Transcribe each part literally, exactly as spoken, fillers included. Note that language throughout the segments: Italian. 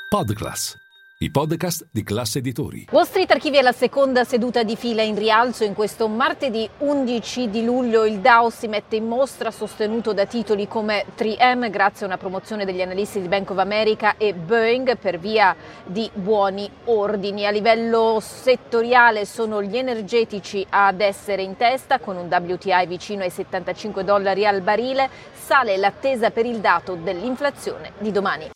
Podclass, i podcast di Class Editori. Wall Street archivia la seconda seduta di fila in rialzo. In questo martedì undici di luglio il Dow si mette in mostra sostenuto da titoli come tre emme grazie a una promozione degli analisti di Bank of America e Boeing per via di buoni ordini. A livello settoriale sono gli energetici ad essere in testa con un W T I vicino ai settantacinque dollari al barile. Sale l'attesa per il dato dell'inflazione di domani.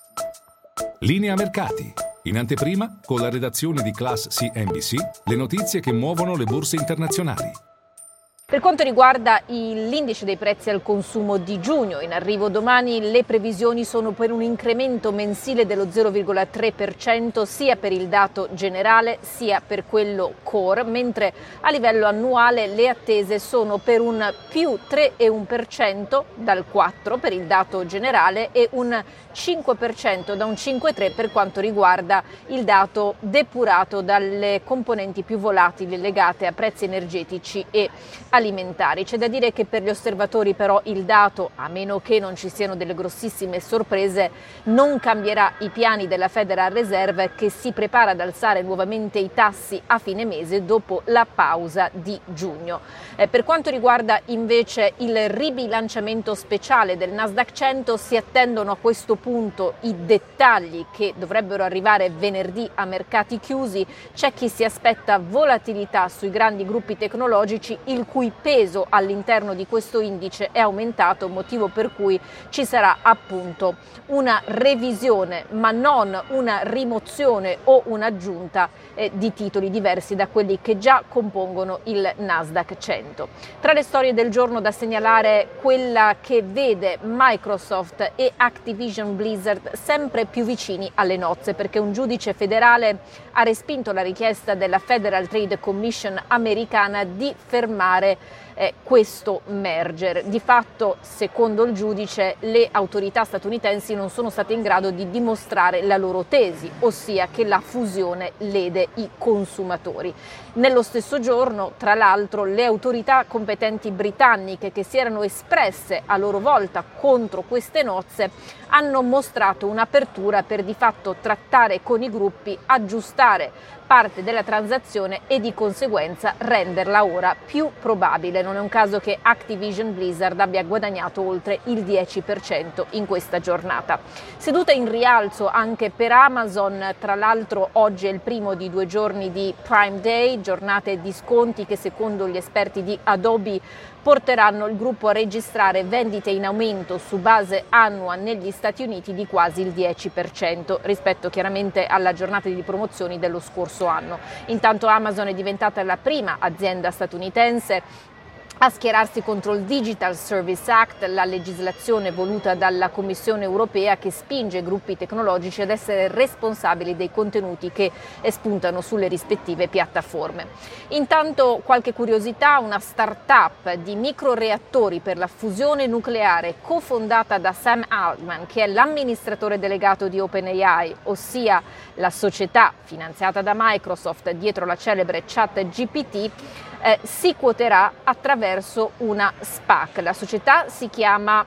Linea mercati. In anteprima, con la redazione di Class C N B C, le notizie che muovono le borse internazionali. Per quanto riguarda l'indice dei prezzi al consumo di giugno, in arrivo domani, le previsioni sono per un incremento mensile dello zero virgola tre per cento sia per il dato generale sia per quello core, mentre a livello annuale le attese sono per un più tre virgola uno per cento dal quattro per cento per il dato generale e un cinque per cento da un cinque virgola tre per cento per quanto riguarda il dato depurato dalle componenti più volatili legate a prezzi energetici e alimentari. C'è da dire che per gli osservatori però il dato, a meno che non ci siano delle grossissime sorprese, non cambierà i piani della Federal Reserve che si prepara ad alzare nuovamente i tassi a fine mese dopo la pausa di giugno. Eh, per quanto riguarda invece il ribilanciamento speciale del Nasdaq cento, si attendono a questo punto i dettagli che dovrebbero arrivare venerdì a mercati chiusi. C'è chi si aspetta volatilità sui grandi gruppi tecnologici, il cui peso all'interno di questo indice è aumentato, motivo per cui ci sarà appunto una revisione ma non una rimozione o un'aggiunta eh, di titoli diversi da quelli che già compongono il Nasdaq cento. Tra le storie del giorno da segnalare quella che vede Microsoft e Activision Blizzard sempre più vicini alle nozze, perché un giudice federale ha respinto la richiesta della Federal Trade Commission americana di fermare Eh, questo merger. Di fatto, secondo il giudice, le autorità statunitensi non sono state in grado di dimostrare la loro tesi, ossia che la fusione lede i consumatori. Nello stesso giorno, tra l'altro, le autorità competenti britanniche che si erano espresse a loro volta contro queste nozze hanno mostrato un'apertura per di fatto trattare con i gruppi, aggiustare parte della transazione e di conseguenza renderla ora più probabile. Non è un caso che Activision Blizzard abbia guadagnato oltre il dieci per cento in questa giornata. Seduta in rialzo anche per Amazon, tra l'altro oggi è il primo di due giorni di Prime Day, giornate di sconti che secondo gli esperti di Adobe porteranno il gruppo a registrare vendite in aumento su base annua negli Stati Uniti di quasi il dieci per cento rispetto chiaramente alla giornata di promozioni dello scorso anno. Intanto Amazon è diventata la prima azienda statunitense a schierarsi contro il Digital Service Act, la legislazione voluta dalla Commissione europea che spinge gruppi tecnologici ad essere responsabili dei contenuti che spuntano sulle rispettive piattaforme. Intanto qualche curiosità: una start-up di microreattori per la fusione nucleare cofondata da Sam Altman, che è l'amministratore delegato di OpenAI, ossia la società finanziata da Microsoft dietro la celebre ChatGPT, Eh, si quoterà attraverso una SPAC. La società si chiama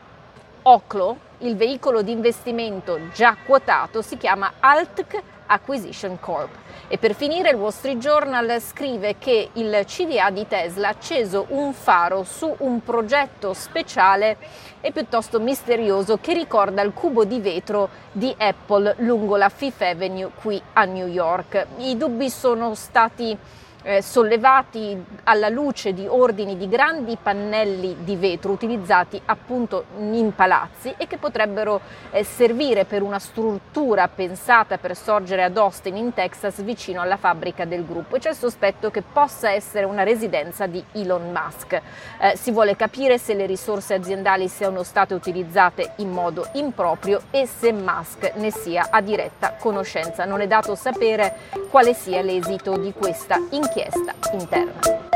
Oklo, il veicolo di investimento già quotato si chiama Altc Acquisition Corp. E per finire il Wall Street Journal scrive che il C D A di Tesla ha acceso un faro su un progetto speciale e piuttosto misterioso che ricorda il cubo di vetro di Apple lungo la Fifth Avenue qui a New York. I dubbi sono stati Eh, sollevati alla luce di ordini di grandi pannelli di vetro utilizzati appunto in palazzi e che potrebbero eh, servire per una struttura pensata per sorgere ad Austin in Texas vicino alla fabbrica del gruppo, e c'è il sospetto che possa essere una residenza di Elon Musk. Eh, si vuole capire se le risorse aziendali siano state utilizzate in modo improprio e se Musk ne sia a diretta conoscenza. Non è dato sapere quale sia l'esito di questa inchiesta interna.